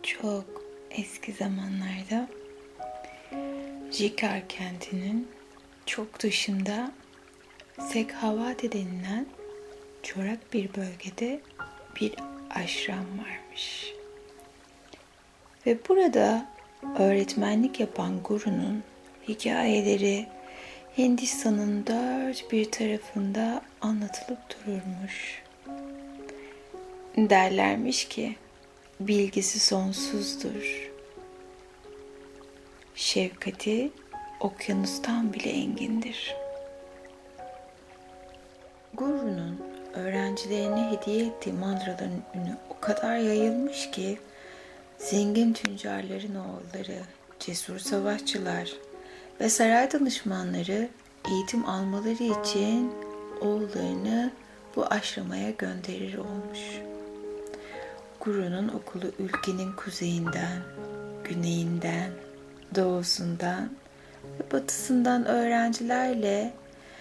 Çok eski zamanlarda Jikar kentinin çok dışında Sekhavati denilen çorak bir bölgede bir aşram varmış. Ve burada öğretmenlik yapan gurunun hikayeleri Hindistan'ın dört bir tarafında anlatılıp dururmuş. Derlermiş ki bilgisi sonsuzdur. Şefkati okyanustan bile engindir. Guru'nun öğrencilerine hediye ettiği mantraların ünü o kadar yayılmış ki zengin tüccarların oğulları, cesur savaşçılar ve saray danışmanları eğitim almaları için oğullarını bu aşramaya gönderir olmuş. Guru'nun okulu ülkenin kuzeyinden, güneyinden, doğusundan ve batısından öğrencilerle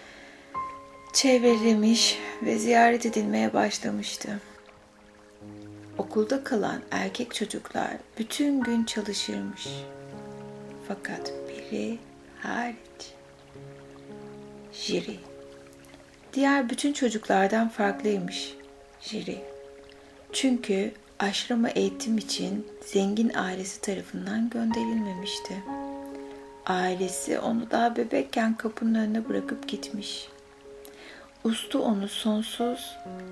çevrelemiş ve ziyaret edilmeye başlamıştı. Okulda kalan erkek çocuklar bütün gün çalışırmış. Fakat biri hariç, Jiri. Diğer bütün çocuklardan farklıymış Jiri. Çünkü aşrama eğitim için zengin ailesi tarafından gönderilmemişti. Ailesi onu daha bebekken kapının önüne bırakıp gitmiş. Ustu onu sonsuz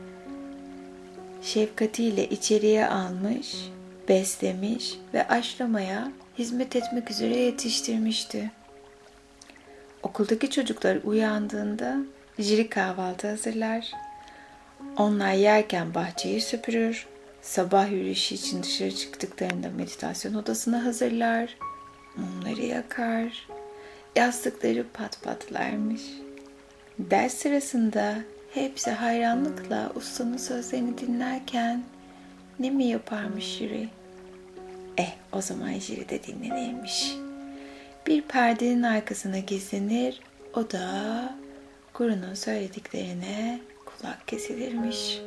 şefkatiyle içeriye almış, beslemiş ve aşramaya hizmet etmek üzere yetiştirmişti. Okuldaki çocuklar uyandığında Jiri kahvaltı hazırlar. Onlar yerken bahçeyi süpürür, sabah yürüyüşü için dışarı çıktıklarında meditasyon odasını hazırlar, mumları yakar, yastıkları patlatlarmış. Ders sırasında hepsi hayranlıkla ustanın sözlerini dinlerken ne mi yaparmış Jiri? O zaman Jiri de dinlenirmiş. Bir perdenin arkasına gizlenir, o da Guru'nun söylediklerine kulak kesilirmiş.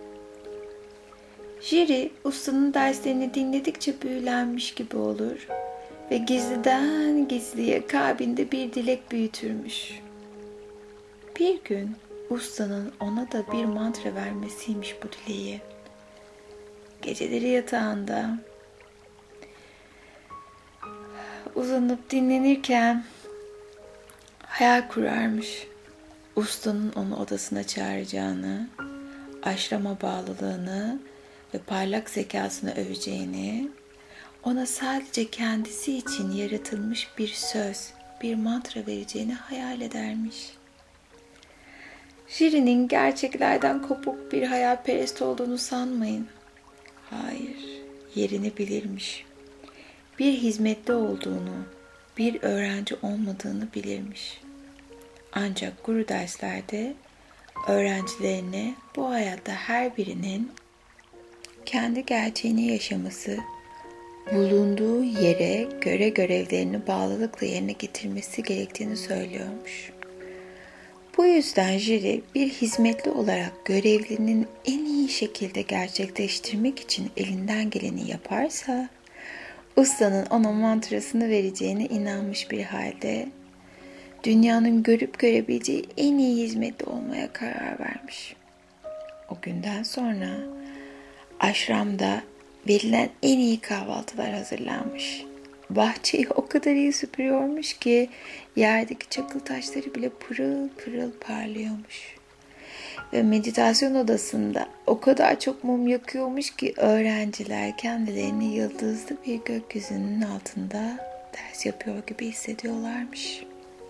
Jiri ustanın derslerini dinledikçe büyülenmiş gibi olur ve gizliden gizliye kalbinde bir dilek büyütürmüş. Bir gün ustanın ona da bir mantra vermesiymiş bu dileği. Geceleri yatağında uzanıp dinlenirken hayal kurarmış. Ustanın onu odasına çağıracağını, aşrama bağlılığını ve parlak zekasını öveceğini, ona sadece kendisi için yaratılmış bir söz, bir mantra vereceğini hayal edermiş. Jiri'nin gerçeklerden kopuk bir hayalperest olduğunu sanmayın. Hayır, yerini bilirmiş. Bir hizmetli olduğunu, bir öğrenci olmadığını bilirmiş. Ancak guru derslerde öğrencilerine bu hayatta her birinin kendi gerçeğini yaşaması, bulunduğu yere göre görevlerini bağlılıkla yerine getirmesi gerektiğini söylüyormuş. Bu yüzden Jiri bir hizmetli olarak görevlinin en iyi şekilde gerçekleştirmek için elinden geleni yaparsa, ustanın ona mantrasını vereceğine inanmış bir halde dünyanın görüp görebileceği en iyi hizmetli olmaya karar vermiş. O günden sonra aşramda verilen en iyi kahvaltılar hazırlanmış. Bahçeyi o kadar iyi süpürüyormuş ki yerdeki çakıl taşları bile pırıl pırıl parlıyormuş. Ve meditasyon odasında o kadar çok mum yakıyormuş ki öğrenciler kendilerini yıldızlı bir gökyüzünün altında ders yapıyor gibi hissediyorlarmış.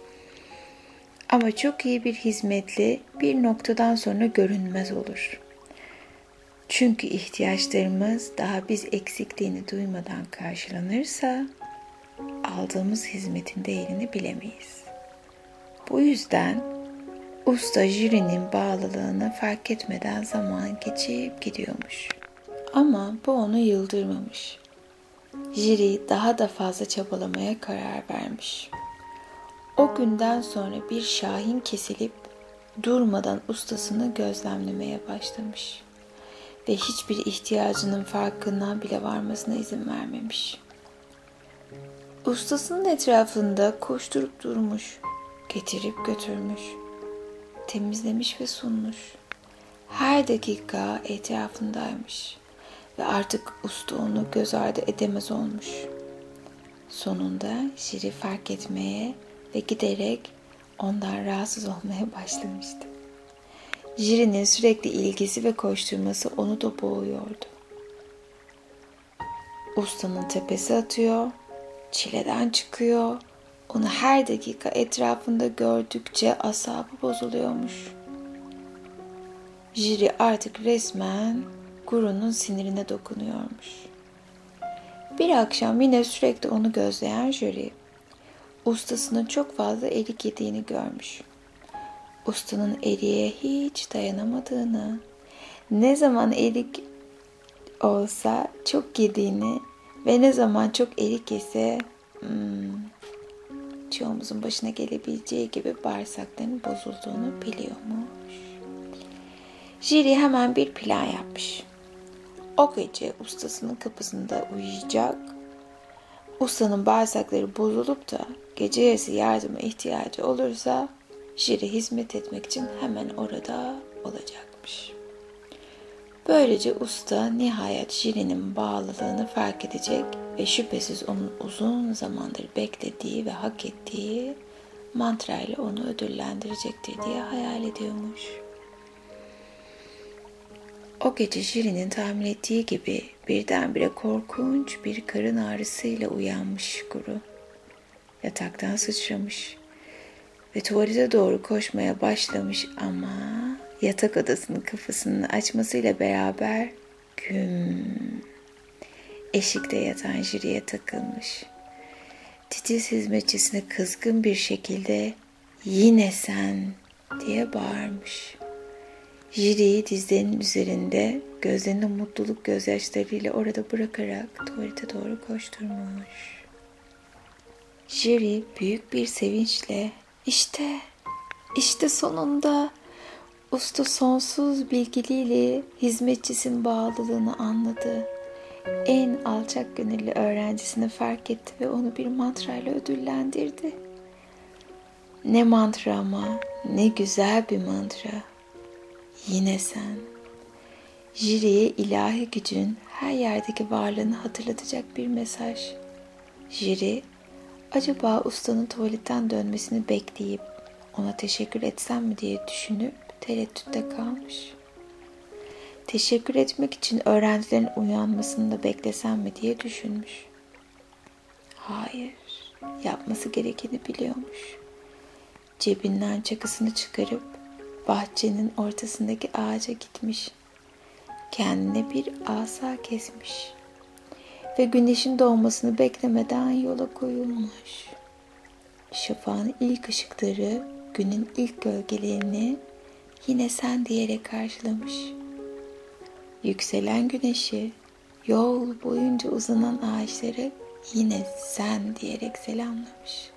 Ama çok iyi bir hizmetli bir noktadan sonra görünmez olur. Çünkü ihtiyaçlarımız daha biz eksikliğini duymadan karşılanırsa aldığımız hizmetin değerini bilemeyiz. Bu yüzden usta Jiri'nin bağlılığını fark etmeden zaman geçip gidiyormuş. Ama bu onu yıldırmamış. Jiri daha da fazla çabalamaya karar vermiş. O günden sonra bir şahin kesilip durmadan ustasını gözlemlemeye başlamış. ve hiçbir ihtiyacının farkına bile varmasına izin vermemiş. Ustasının etrafında koşturup durmuş, getirip götürmüş, temizlemiş ve sunmuş. Her dakika etrafındaymış ve artık usta onu göz ardı edemez olmuş. Sonunda Jiri fark etmeye ve giderek ondan rahatsız olmaya başlamıştı. Jiri'nin sürekli ilgisi ve koşturması onu da boğuyordu. Ustanın tepesi atıyor, çileden çıkıyor, onu her dakika etrafında gördükçe asabı bozuluyormuş. Jiri artık resmen Guru'nun sinirine dokunuyormuş. Bir akşam yine sürekli onu gözleyen Jiri, ustasının çok fazla erik yediğini görmüş. Ustanın eriğe hiç dayanamadığını, ne zaman erik olsa çok yediğini ve ne zaman çok erik yese çoğumuzun başına gelebileceği gibi bağırsaklarının bozulduğunu biliyormuş. Jiri hemen bir plan yapmış. O gece ustasının kapısında uyuyacak. Ustanın bağırsakları bozulup da gece yarısı yardıma ihtiyacı olursa Jiri hizmet etmek için hemen orada olacakmış. Böylece usta nihayet Jiri'nin bağlılığını fark edecek ve şüphesiz onun uzun zamandır beklediği ve hak ettiği mantra ile onu ödüllendirecektir diye hayal ediyormuş. O gece Jiri'nin tahmin ettiği gibi birdenbire korkunç bir karın ağrısıyla uyanmış Guru. Yataktan sıçramış ve tuvalete doğru koşmaya başlamış ama yatak odasının kapısını açmasıyla beraber güm eşikte yatan Jiri'ye takılmış. Titiz hizmetçisine kızgın bir şekilde "Yine sen!" diye bağırmış. Jiri'yi dizlerinin üzerinde gözlerinde mutluluk gözyaşlarıyla orada bırakarak tuvalete doğru koşturmuş. Jiri büyük bir sevinçle işte sonunda usta sonsuz bilgiliğiyle hizmetçisinin bağlılığını anladı. En alçak gönüllü öğrencisini fark etti ve onu bir mantrayla ödüllendirdi. Ne mantra ama, ne güzel bir mantra. Yine sen. Jiri'ye ilahi gücün her yerdeki varlığını hatırlatacak bir mesaj. Jiri, acaba ustanın tuvaletten dönmesini bekleyip ona teşekkür etsem mi diye düşünüp tereddütte kalmış. Teşekkür etmek için öğrencilerin uyanmasını da beklesem mi diye düşünmüş. Hayır, yapması gerekeni biliyormuş. Cebinden çakısını çıkarıp bahçenin ortasındaki ağaca gitmiş. Kendine bir asa kesmiş ve güneşin doğmasını beklemeden yola koyulmuş. Şafağın ilk ışıkları günün ilk gölgelerini yine sen diyerek karşılamış. Yükselen güneşi, yol boyunca uzanan ağaçları yine sen diyerek selamlamış.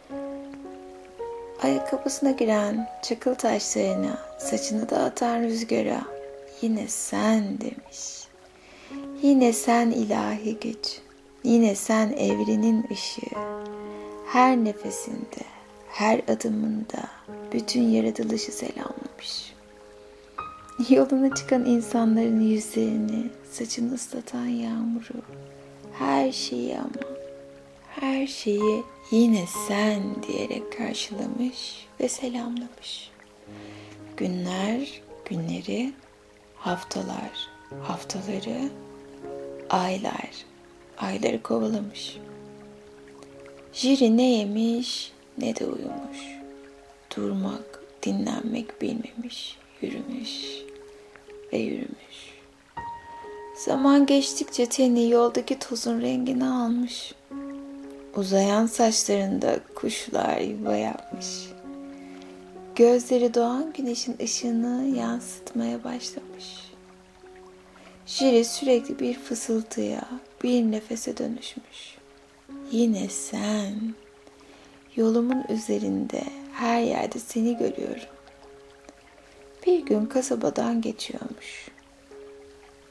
Ayakkabısına giren çakıl taşlarına, saçını dağıtan rüzgara yine sen demiş. Yine sen ilahi güç, yine sen evrenin ışığı. Her nefesinde, her adımında bütün yaratılışı selamlamış. Yoluna çıkan insanların yüzlerini, saçını ıslatan yağmuru, her şeyi ama her şeyi yine sen diyerek karşılamış ve selamlamış. Günler, günleri, haftalar, haftaları, aylar, ayları kovalamış. Jiri ne yemiş ne de uyumuş. Durmak, dinlenmek bilmemiş, yürümüş ve yürümüş. Zaman geçtikçe teni yoldaki tozun rengini almış. Uzayan saçlarında kuşlar yuva yapmış. Gözleri doğan güneşin ışığını yansıtmaya başlamış. Jiri sürekli bir fısıltıya, bir nefese dönüşmüş. Yine sen. Yolumun üzerinde her yerde seni görüyorum. Bir gün kasabadan geçiyormuş.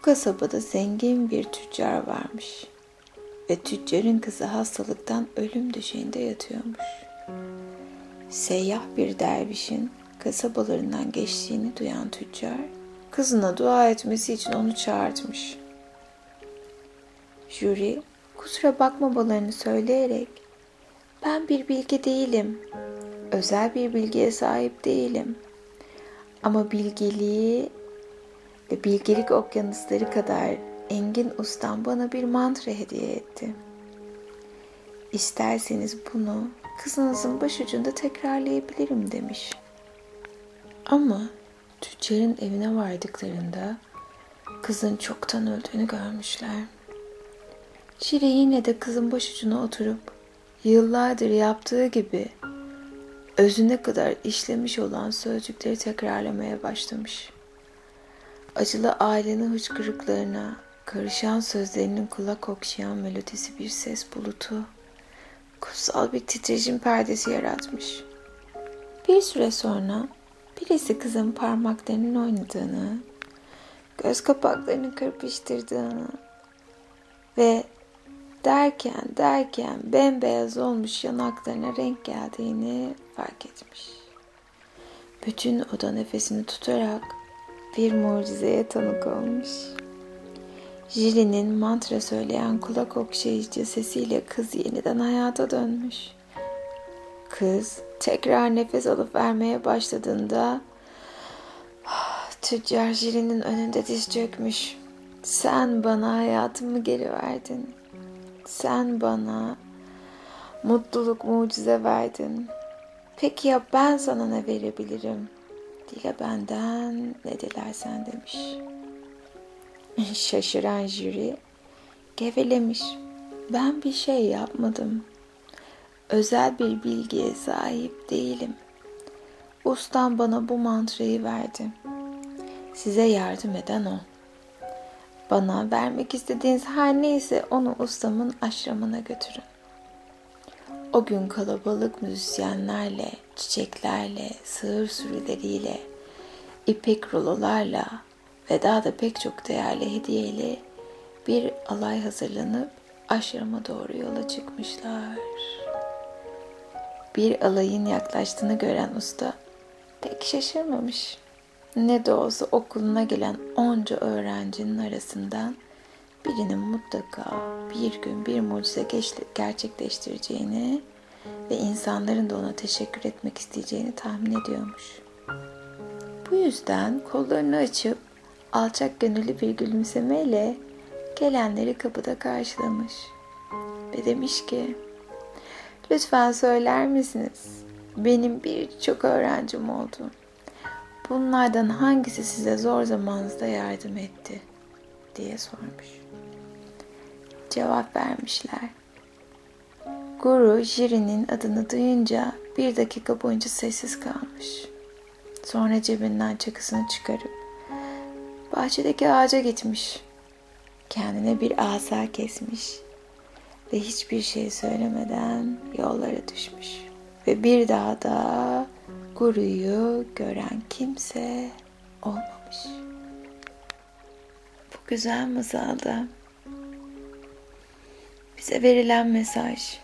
kasabada zengin bir tüccar varmış ve tüccarın kızı hastalıktan ölüm döşeğinde yatıyormuş. Seyyah bir dervişin kasabalarından geçtiğini duyan tüccar, kızına dua etmesi için onu çağırtmış. Jüri, kusura bakmamalarını söyleyerek, ben bir bilge değilim, özel bir bilgiye sahip değilim. Ama bilgeliği ve bilgelik okyanusları kadar engin ustam bana bir mantra hediye etti. İsterseniz bunu kızınızın başucunda tekrarlayabilirim demiş. Ama tüccarın evine vardıklarında kızın çoktan öldüğünü görmüşler. Şire yine de kızın başucuna oturup yıllardır yaptığı gibi özüne kadar işlemiş olan sözcükleri tekrarlamaya başlamış. Acılı ailenin hıçkırıklarına karışan sözlerinin kulak okşayan melodisi bir ses bulutu, kutsal bir titreşim perdesi yaratmış. Bir süre sonra birisi kızın parmaklarının oynadığını, göz kapaklarını kırpıştırdığını ve derken bembeyaz olmuş yanaklarına renk geldiğini fark etmiş. Bütün oda nefesini tutarak bir mucizeye tanık olmuş. Jiri'nin mantra söyleyen kulak okşayıcı sesiyle kız yeniden hayata dönmüş. Kız tekrar nefes alıp vermeye başladığında tüccar Jiri'nin önünde diz çökmüş. Sen bana hayatımı geri verdin. Sen bana mutluluk mucize verdin. Peki ya ben sana ne verebilirim? Dile benden ne dilersen demiş. Şaşıran Jüri gevelemiş. Ben bir şey yapmadım. Özel bir bilgiye sahip değilim. Ustam bana bu mantrayı verdi. Size yardım eden o. Bana vermek istediğiniz her neyse onu ustamın aşramına götürün. O gün kalabalık müzisyenlerle, çiçeklerle, sığır sürüleriyle, ipek rulolarla ve daha da pek çok değerli hediyeyle bir alay hazırlanıp aşrama doğru yola çıkmışlar. Bir alayın yaklaştığını gören usta pek şaşırmamış. Ne de olsa okuluna gelen onca öğrencinin arasından birinin mutlaka bir gün bir mucize gerçekleştireceğini ve insanların da ona teşekkür etmek isteyeceğini tahmin ediyormuş. Bu yüzden kollarını açıp alçak gönüllü bir gülümsemeyle gelenleri kapıda karşılamış ve demiş ki, lütfen söyler misiniz? Benim birçok öğrencim oldu. Bunlardan hangisi size zor zamanınızda yardım etti? Diye sormuş. Cevap vermişler. Guru Jiri'nin adını duyunca 1 dakika boyunca sessiz kalmış. Sonra cebinden çakısını çıkarıp bahçedeki ağaca gitmiş. Kendine bir asa kesmiş ve hiçbir şey söylemeden yollara düşmüş. Ve bir daha da Guru'yu gören kimse olmamış. Bu güzel masalda bize verilen mesaj: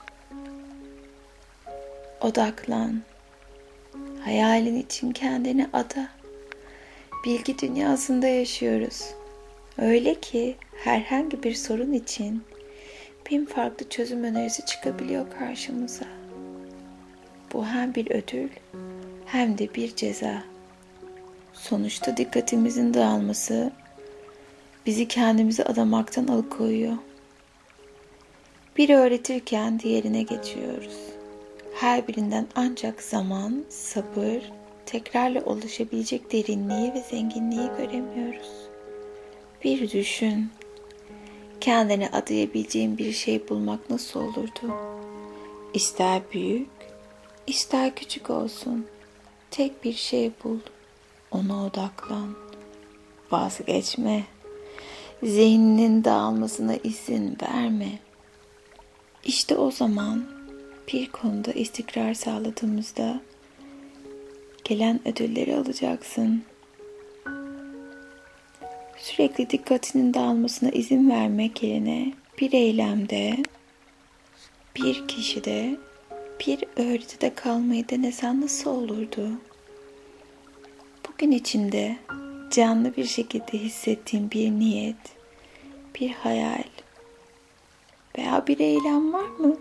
odaklan, hayalin için kendini ada. Bilgi dünyasında yaşıyoruz. Öyle ki herhangi bir sorun için 1000 farklı çözüm önerisi çıkabiliyor karşımıza. Bu hem bir ödül hem de bir ceza. Sonuçta dikkatimizin dağılması bizi kendimize adamaktan alıkoyuyor. Biri öğretirken diğerine geçiyoruz. Her birinden ancak zaman, sabır, tekrarla ulaşabilecek derinliği ve zenginliği göremiyoruz. Bir düşün, kendine adayabileceğin bir şey bulmak nasıl olurdu? İster büyük, ister küçük olsun. Tek bir şey bul, ona odaklan. Vazgeçme, zihninin dağılmasına izin verme. İşte o zaman bir konuda istikrar sağladığımızda gelen ödülleri alacaksın. Sürekli dikkatinin dağılmasına izin vermek yerine bir eylemde, bir kişide, bir öğretide kalmayı denesen nasıl olurdu? Bugün içinde canlı bir şekilde hissettiğin bir niyet, bir hayal veya bir eylem var mı?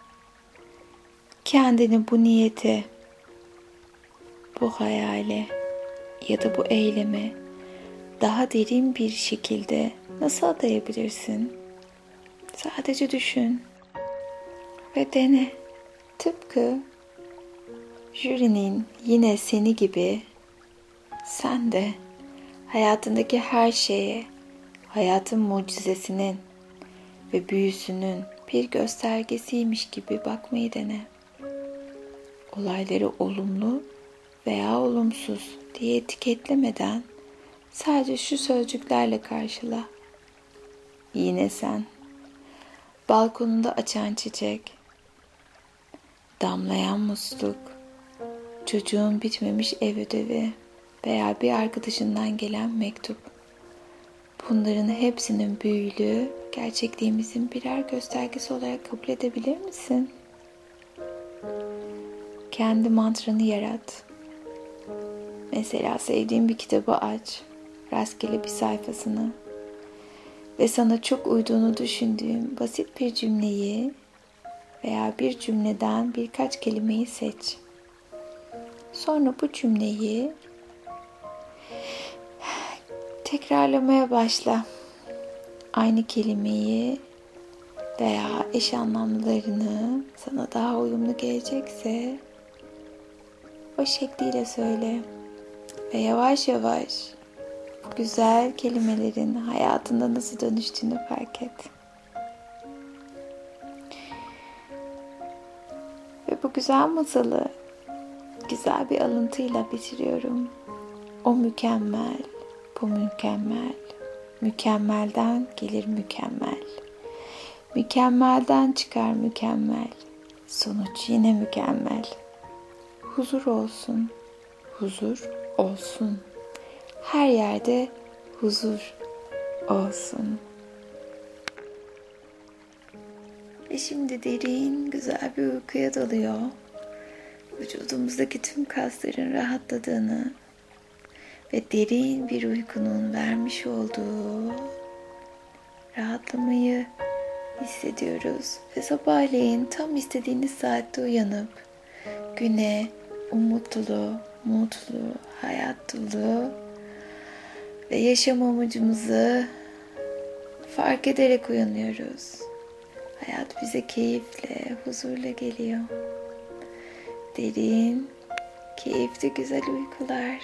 Kendini bu niyete, bu hayale ya da bu eyleme daha derin bir şekilde nasıl adayabilirsin? Sadece düşün ve dene. Tıpkı jürinin yine seni gibi sen de hayatındaki her şeye hayatın mucizesinin ve büyüsünün bir göstergesiymiş gibi bakmayı dene. Olayları olumlu veya olumsuz diye etiketlemeden sadece şu sözcüklerle karşıla. Yine sen, balkonunda açan çiçek, damlayan musluk, çocuğun bitmemiş ev ödevi veya bir arkadaşından gelen mektup. Bunların hepsinin büyülü, gerçekliğimizin birer göstergesi olarak kabul edebilir misin? Kendi mantranı yarat. Mesela sevdiğin bir kitabı aç, rastgele bir sayfasını ve sana çok uyduğunu düşündüğün basit bir cümleyi veya bir cümleden birkaç kelimeyi seç. Sonra bu cümleyi tekrarlamaya başla. Aynı kelimeyi veya eş anlamlarını sana daha uyumlu gelecekse o şekliyle söyle ve yavaş yavaş bu güzel kelimelerin hayatında nasıl dönüştüğünü fark et. Ve bu güzel masalı güzel bir alıntıyla bitiriyorum. O mükemmel, bu mükemmel, mükemmelden gelir mükemmel. Mükemmelden çıkar mükemmel, sonuç yine mükemmel. Huzur olsun, huzur olsun. Her yerde huzur olsun. Ve şimdi derin, güzel bir uykuya dalıyor. Vücudumuzdaki tüm kasların rahatladığını ve derin bir uykunun vermiş olduğu rahatlamayı hissediyoruz. Ve sabahleyin tam istediğiniz saatte uyanıp güne umutlu, mutlu, hayat dolu ve yaşam amacımızı fark ederek uyanıyoruz. Hayat bize keyifle, huzurla geliyor. Derin, keyifli, güzel uykular.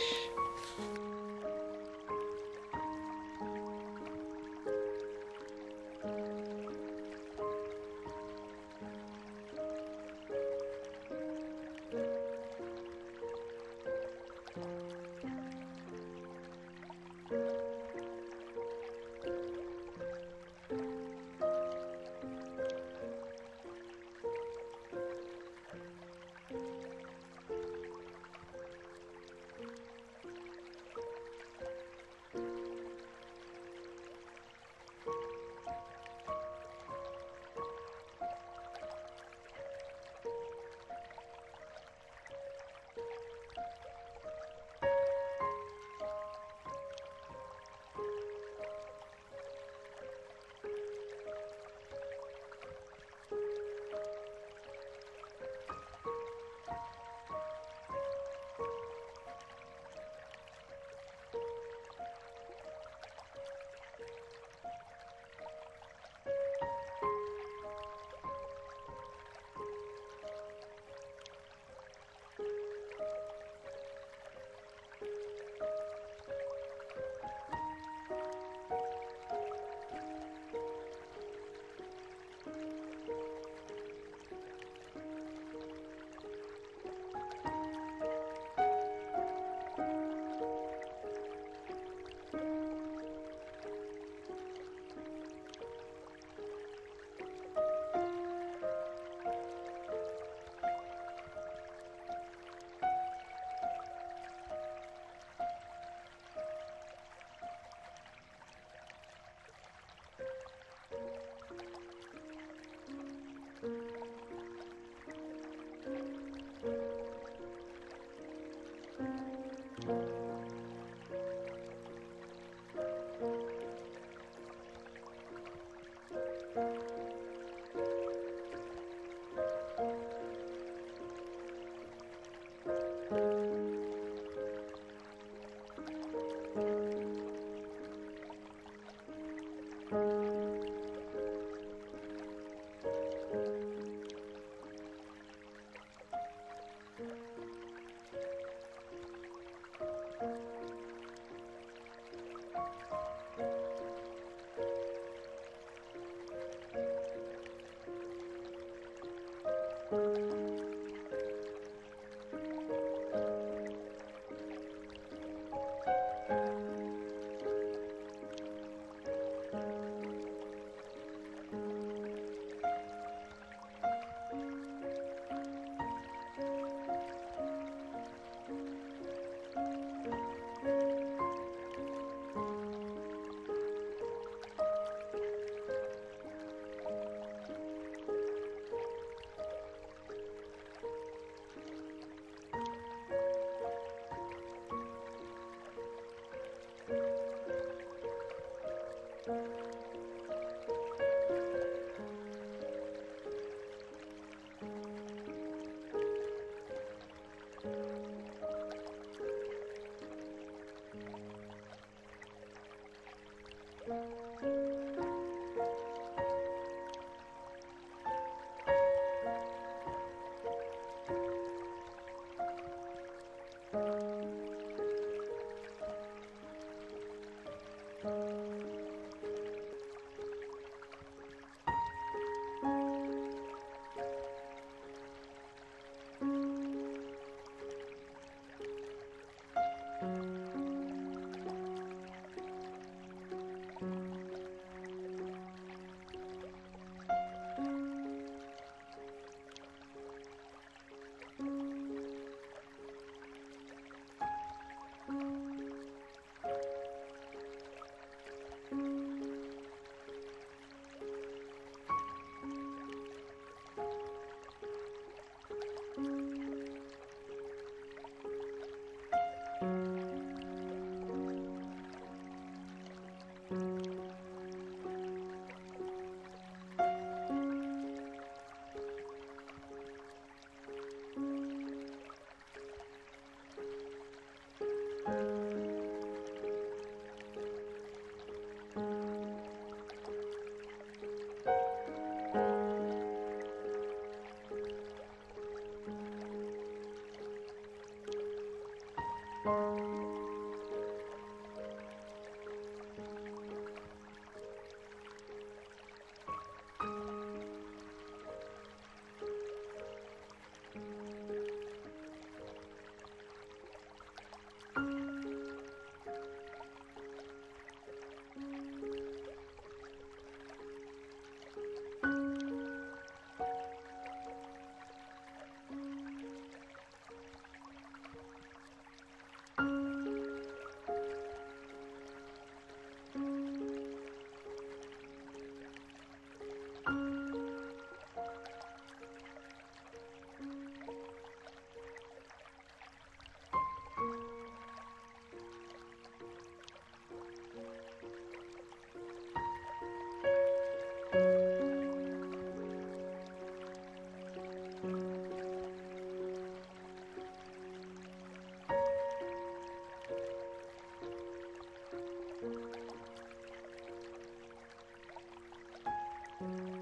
Müzik